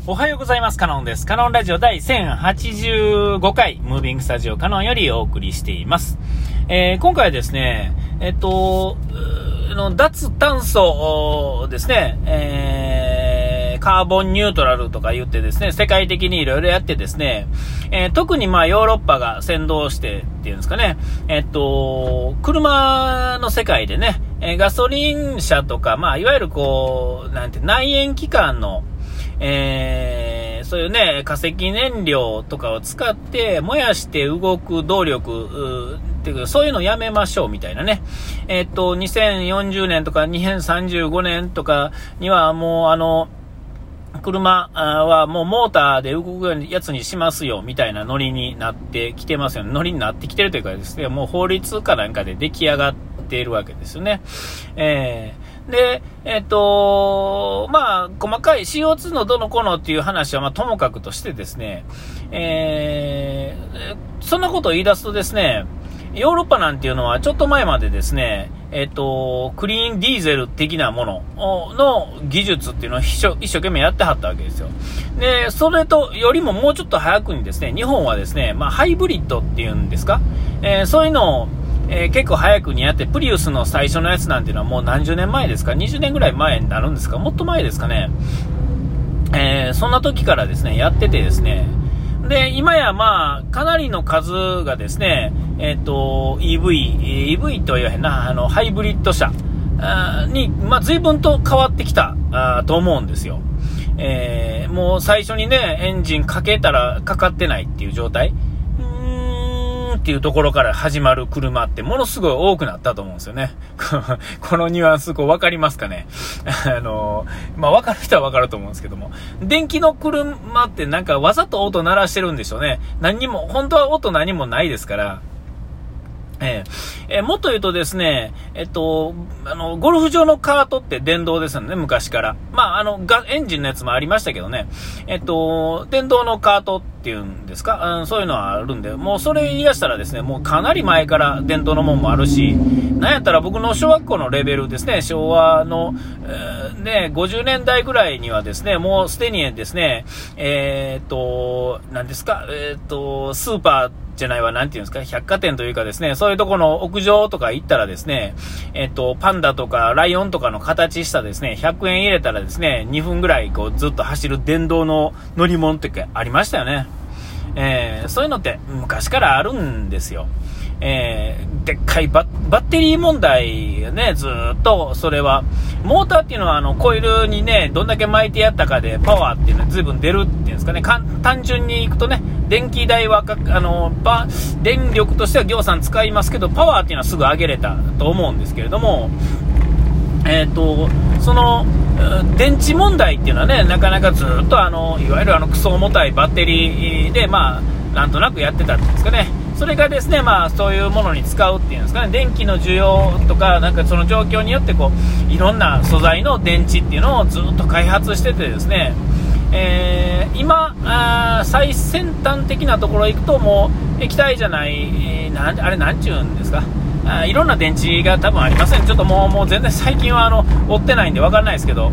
おはようございます。カノンです。カノンラジオ第1085回ムービングスタジオカノンよりお送りしています。今回はですね、脱炭素ですね、カーボンニュートラルとか言ってですね、世界的にいろいろやってですね、特にヨーロッパが先導してっていうんですかね、車の世界でね、ガソリン車とか、いわゆる内燃機関のそういうね、化石燃料とかを使って燃やして動く動力っていうそういうのやめましょうみたいなね。2040年とか2035年とかにはもう車はもうモーターで動くやつにしますよみたいなノリになってきてますよね。ノリになってきてるというかですね、もう法律かなんかで出来上がっているわけですよね。で、細かい CO2 のどのこのっていう話はともかくとしてですね、そんなことを言い出すとですね、ヨーロッパなんていうのはちょっと前までですね、クリーンディーゼル的なものの技術っていうのを一生懸命やってはったわけですよ。で、それとよりももうちょっと早くにですね、日本はですね、ハイブリッドっていうんですか、そういうのを結構早くにやって、プリウスの最初のやつなんていうのはもう何十年前ですか、20年ぐらい前になるんですか、もっと前ですかね。そんな時からですね、やっててですね、で、今やかなりの数がですね、EV とは言わへんな、ハイブリッド車に、随分と変わってきたと思うんですよ。もう最初にね、エンジンかけたらかかってないっていう状態。っていうところから始まる車ってものすごい多くなったと思うんですよね。このニュアンス分かりますかね。分かる人は分かると思うんですけども、電気の車ってなんかわざと音鳴らしてるんでしょうね。本当は音何もないですから。もっと言うとですね、ゴルフ場のカートって電動ですよね、昔から。エンジンのやつもありましたけどね、電動のカートっていうんですか、そういうのはあるんで、もうそれ言い出したらですね、もうかなり前から電動のもんもあるし、なんやったら僕の小学校のレベルですね、昭和の、50年代ぐらいにはですね、もうすでにですね、何ですか、スーパー、じゃないわ、なんていうんですか、百貨店というかですね、そういうところの屋上とか行ったらですね、パンダとかライオンとかの形したですね、100円入れたらですね、2分ぐらいずっと走る電動の乗り物ってありましたよね。そういうのって昔からあるんですよ。でっかいバッテリー問題ね、ずっとそれはモーターっていうのはコイルにねどんだけ巻いてやったかでパワーっていうのは随分出るっていうんですかね。単純にいくとね、電気代は電力としては業産使いますけど、パワーっていうのはすぐ上げれたと思うんですけれども、その電池問題っていうのはね、なかなかずっといわゆるクソ重たいバッテリーでなんとなくやってたんですかね。それがですね、そういうものに使うっていうんですかね、電気の需要とか、なんかその状況によっていろんな素材の電池っていうのをずっと開発しててですね、今最先端的なところへ行くともう液体じゃない、なんちゅうんですか、いろんな電池が多分ありません。ちょっともう全然最近は追ってないんで分からないですけど、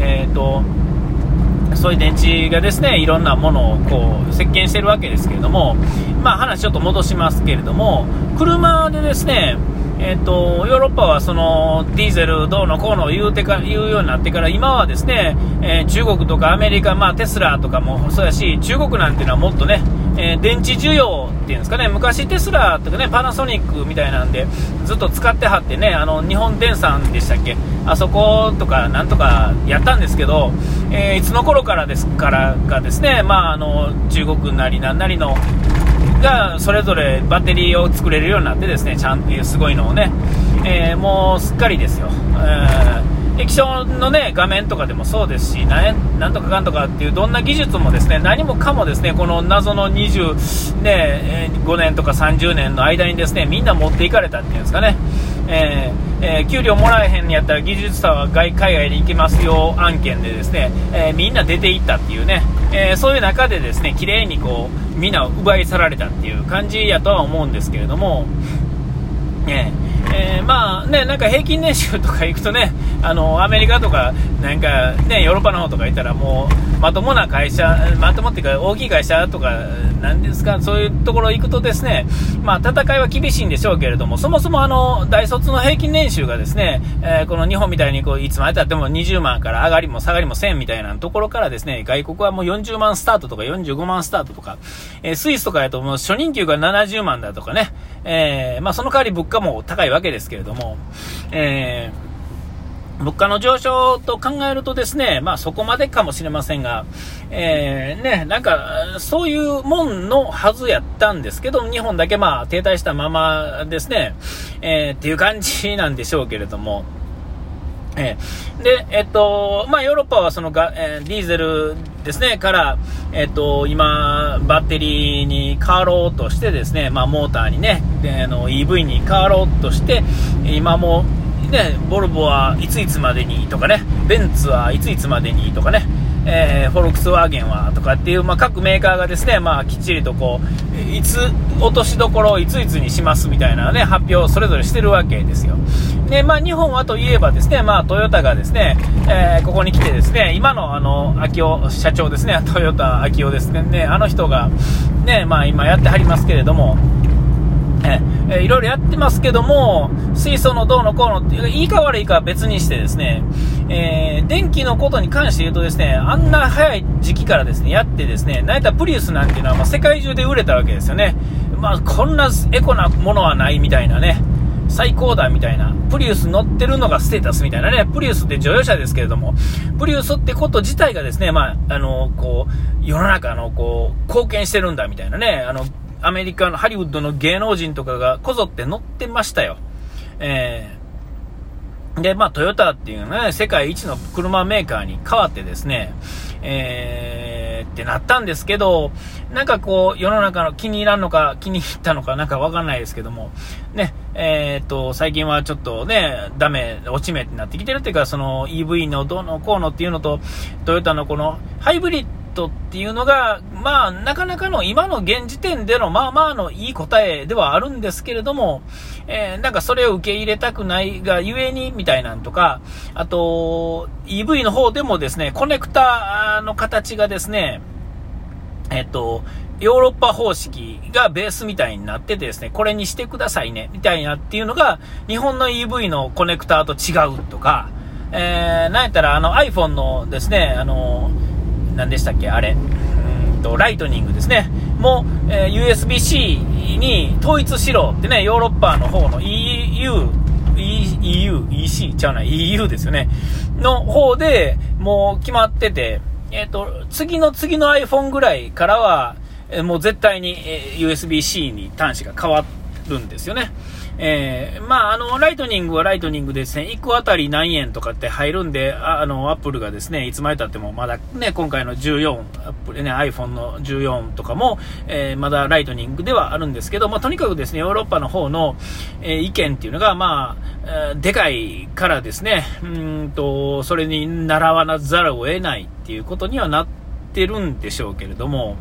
そういう電池がですね、いろんなものを席巻してるわけですけれども、話ちょっと戻しますけれども、車でですね、ヨーロッパはそのディーゼルどうのこうの言うようになってから、今はですね、中国とかアメリカ、テスラとかもそうやし、中国なんていうのはもっとね、電池需要っていうんですかね、昔テスラとかね、パナソニックみたいなんでずっと使ってはってね、日本電産でしたっけ、あそことかなんとかやったんですけど、いつの頃からですからがですね、中国なりなんなりのがそれぞれバッテリーを作れるようになってですね、ちゃんとすごいのをね、もうすっかりですよ。液晶のね画面とかでもそうですし、なんとかかんとかっていうどんな技術もですね、何もかもですね、この謎の25年とか30年の間にですね、みんな持っていかれたっていうんですかね。給料もらえへんやったら技術者は海外に行きますよ案件でですね、みんな出ていったっていうね、そういう中でですね、綺麗にみんな奪い去られたっていう感じやとは思うんですけれども、なんか平均年収とか行くとね、アメリカとかなんかね、ヨーロッパの方とか行ったらもうまともな会社、まともっていうか大きい会社とかなんですか、そういうところ行くとですね、まあ戦いは厳しいんでしょうけれども、そもそも大卒の平均年収がですね、この日本みたいにこういつまでたっても20万から上がりも下がりもせんみたいなところからですね、外国はもう40万スタートとか45万スタートとか、スイスとかやともう初任給が70万だとかね、まあその代わり物価も高いわけですけれども、物価の上昇と考えるとですね、まあそこまでかもしれませんが、ね、なんかそういうもんのはずやったんですけど、日本だけまあ停滞したままですね、っていう感じなんでしょうけれども、で、まあヨーロッパはそのディーゼルですね、から、今、バッテリーに変わろうとしてですね、まあモーターにね、EV に変わろうとして、今も、ね、ボルボはいついつまでにとかね、ベンツはいついつまでにとかね、フォルクスワーゲンはとかっていう、まあ、各メーカーがですね、まあ、きっちりとこういつ落としどころをいついつにしますみたいな、ね、発表をそれぞれしてるわけですよ。で、まあ、日本はといえばですね、まあ、トヨタがですね、ここに来てですね、今の秋夫社長ですね、トヨタ秋夫ですね、あの人が、ね、まあ、今やってはりますけれども、いろいろやってますけども、水素のどうのこうのっていいか悪いかは別にしてですね、電気のことに関して言うとですね、あんな早い時期からですねやってですね、なんやったらプリウスなんていうのはまあ世界中で売れたわけですよね。まあこんなエコなものはないみたいなね、最高だみたいな、プリウス乗ってるのがステータスみたいなね、プリウスって乗用車ですけれども、プリウスってこと自体がですね、まあこう世の中のこう貢献してるんだみたいなね、アメリカのハリウッドの芸能人とかがこぞって乗ってましたよ。で、まあトヨタっていうね、世界一の車メーカーに変わってですね、ってなったんですけど、なんかこう世の中の気に入らんのか気に入ったのかなんかわかんないですけどもね、最近はちょっとねダメ落ち目になってきてるっていうか、その EV のどうのこうのっていうのとトヨタのこのハイブリッドっていうのがまあなかなかの今の現時点でのまあまあのいい答えではあるんですけれども、なんかそれを受け入れたくないがゆえにみたいなんとか、あと EV の方でもですねコネクタの形がですねヨーロッパ方式がベースみたいになっててですね、これにしてくださいねみたいなっていうのが日本の EV のコネクタと違うとか、なんやったらiPhone のですね何でしたっけあれ、ライトニングですねもう、USB-C に統一しろってね、ヨーロッパの方の EC ちゃうな EU ですよねの方でもう決まってて、次の iPhone ぐらいからはもう絶対に USB-C に端子が変わるんですよね。まあライトニングはライトニングでですね、1個あたり何円とかって入るんで、アップルがですねいつまでたってもまだね、今回の14アップルね iPhone の14とかも、まだライトニングではあるんですけど、まあとにかくですねヨーロッパの方の、意見っていうのがまあ、でかいからですね、それに習わざるを得ないっていうことにはなってるんでしょうけれども、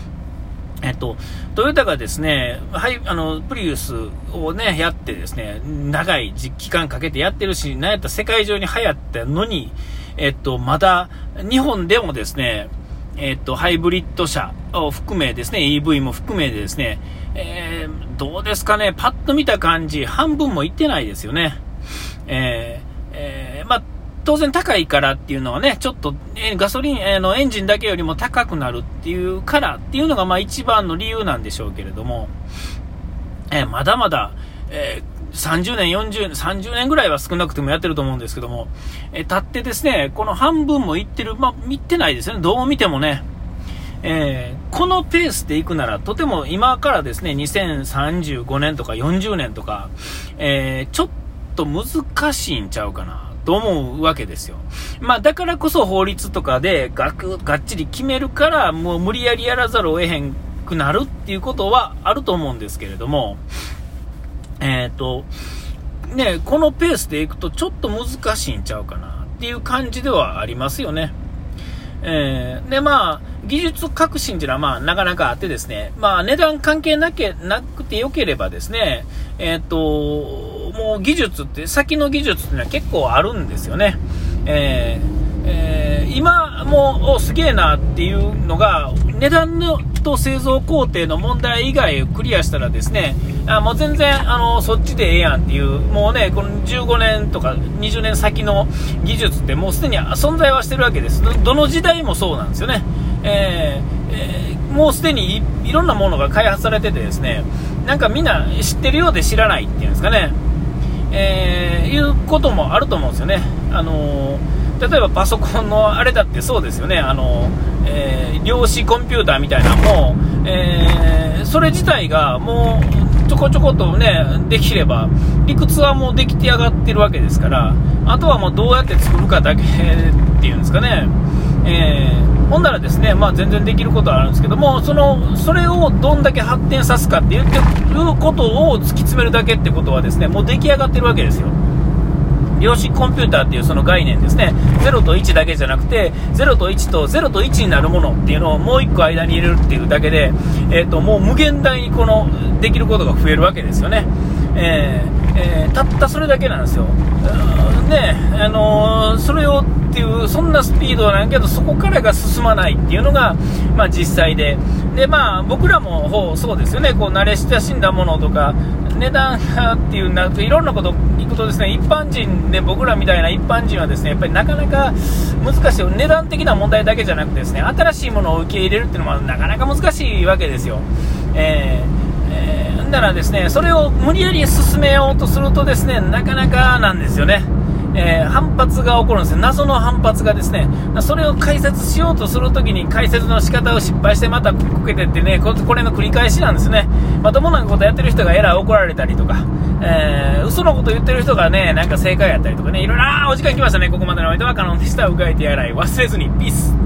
トヨタがですね、プリウスをね、やってですね、長い期間かけてやってるし、なんやったら世界中に流行ったのに、まだ日本でもですね、ハイブリッド車を含めですね、EV も含めてですね、どうですかね、パッと見た感じ、半分もいってないですよね。まあ当然高いからっていうのはね、ちょっと、ガソリン、エンジンだけよりも高くなるっていうからっていうのがまあ一番の理由なんでしょうけれども、まだまだ、30年、30年ぐらいは少なくてもやってると思うんですけども、経ってですね、この半分もいってる、まあ見てないですよね、どう見てもね。このペースでいくならとても今からですね2035年とか40年とか、ちょっと難しいんちゃうかなと思うわけですよ。まあだからこそ法律とかでがっちり決めるからもう無理やりやらざるを得へんくなるっていうことはあると思うんですけれども、ね、このペースでいくとちょっと難しいんちゃうかなっていう感じではありますよね。でまあ技術革新というのはまあなかなかあってですね、まあ値段関係なくてよければですね、もう技術って先の技術っていうのは結構あるんですよね。 今もうすげえなっていうのが、値段と製造工程の問題以外をクリアしたらですね、もう全然そっちでええやんっていう、もうね、この15年とか20年先の技術ってもうすでに存在はしてるわけです。どの時代もそうなんですよね。もうすでにいろんなものが開発されててですね、なんかみんな知ってるようで知らないっていうんですかね、いうこともあると思うんですよね。例えばパソコンのあれだってそうですよね。量子コンピューターみたいなのも、それ自体がもうちょこちょことねできれば、理屈はもうできてやがってるわけですから、あとはもうどうやって作るかだけっていうんですかね。ほんならですね、全然できることはあるんですけども、それをどんだけ発展さすかっていうことを突き詰めるだけってことはですね、もう出来上がってるわけですよ。量子コンピューターっていうその概念ですね、0と1だけじゃなくて、0と1と0と1になるものっていうのをもう1個間に入れるっていうだけで、もう無限大にできることが増えるわけですよね。たったそれだけなんですよ。それをっていうそんなスピードなんけど、そこからが進まないっていうのが、実際で、僕らもそうですよね。慣れ親しんだものとか値段がっていうなると、いろんなこといくとですね、一般人で、僕らみたいな一般人はですね、やっぱりなかなか難しい。値段的な問題だけじゃなくてですね、新しいものを受け入れるっていうのもなかなか難しいわけですよ。だからですね、それを無理やり進めようとするとですね、なかなかなんですよね。反発が起こるんですよ。謎の反発がですね、それを解説しようとするときに解説の仕方を失敗してまたこけてってね、これの繰り返しなんですね。まともなことやってる人がえらい怒られたりとか、嘘のこと言ってる人がね、なんか正解やったりとかね、いろいろ。お時間来ましたね。ここまでのお相手はカノンでした。うがいてやらい忘れずに。ピース。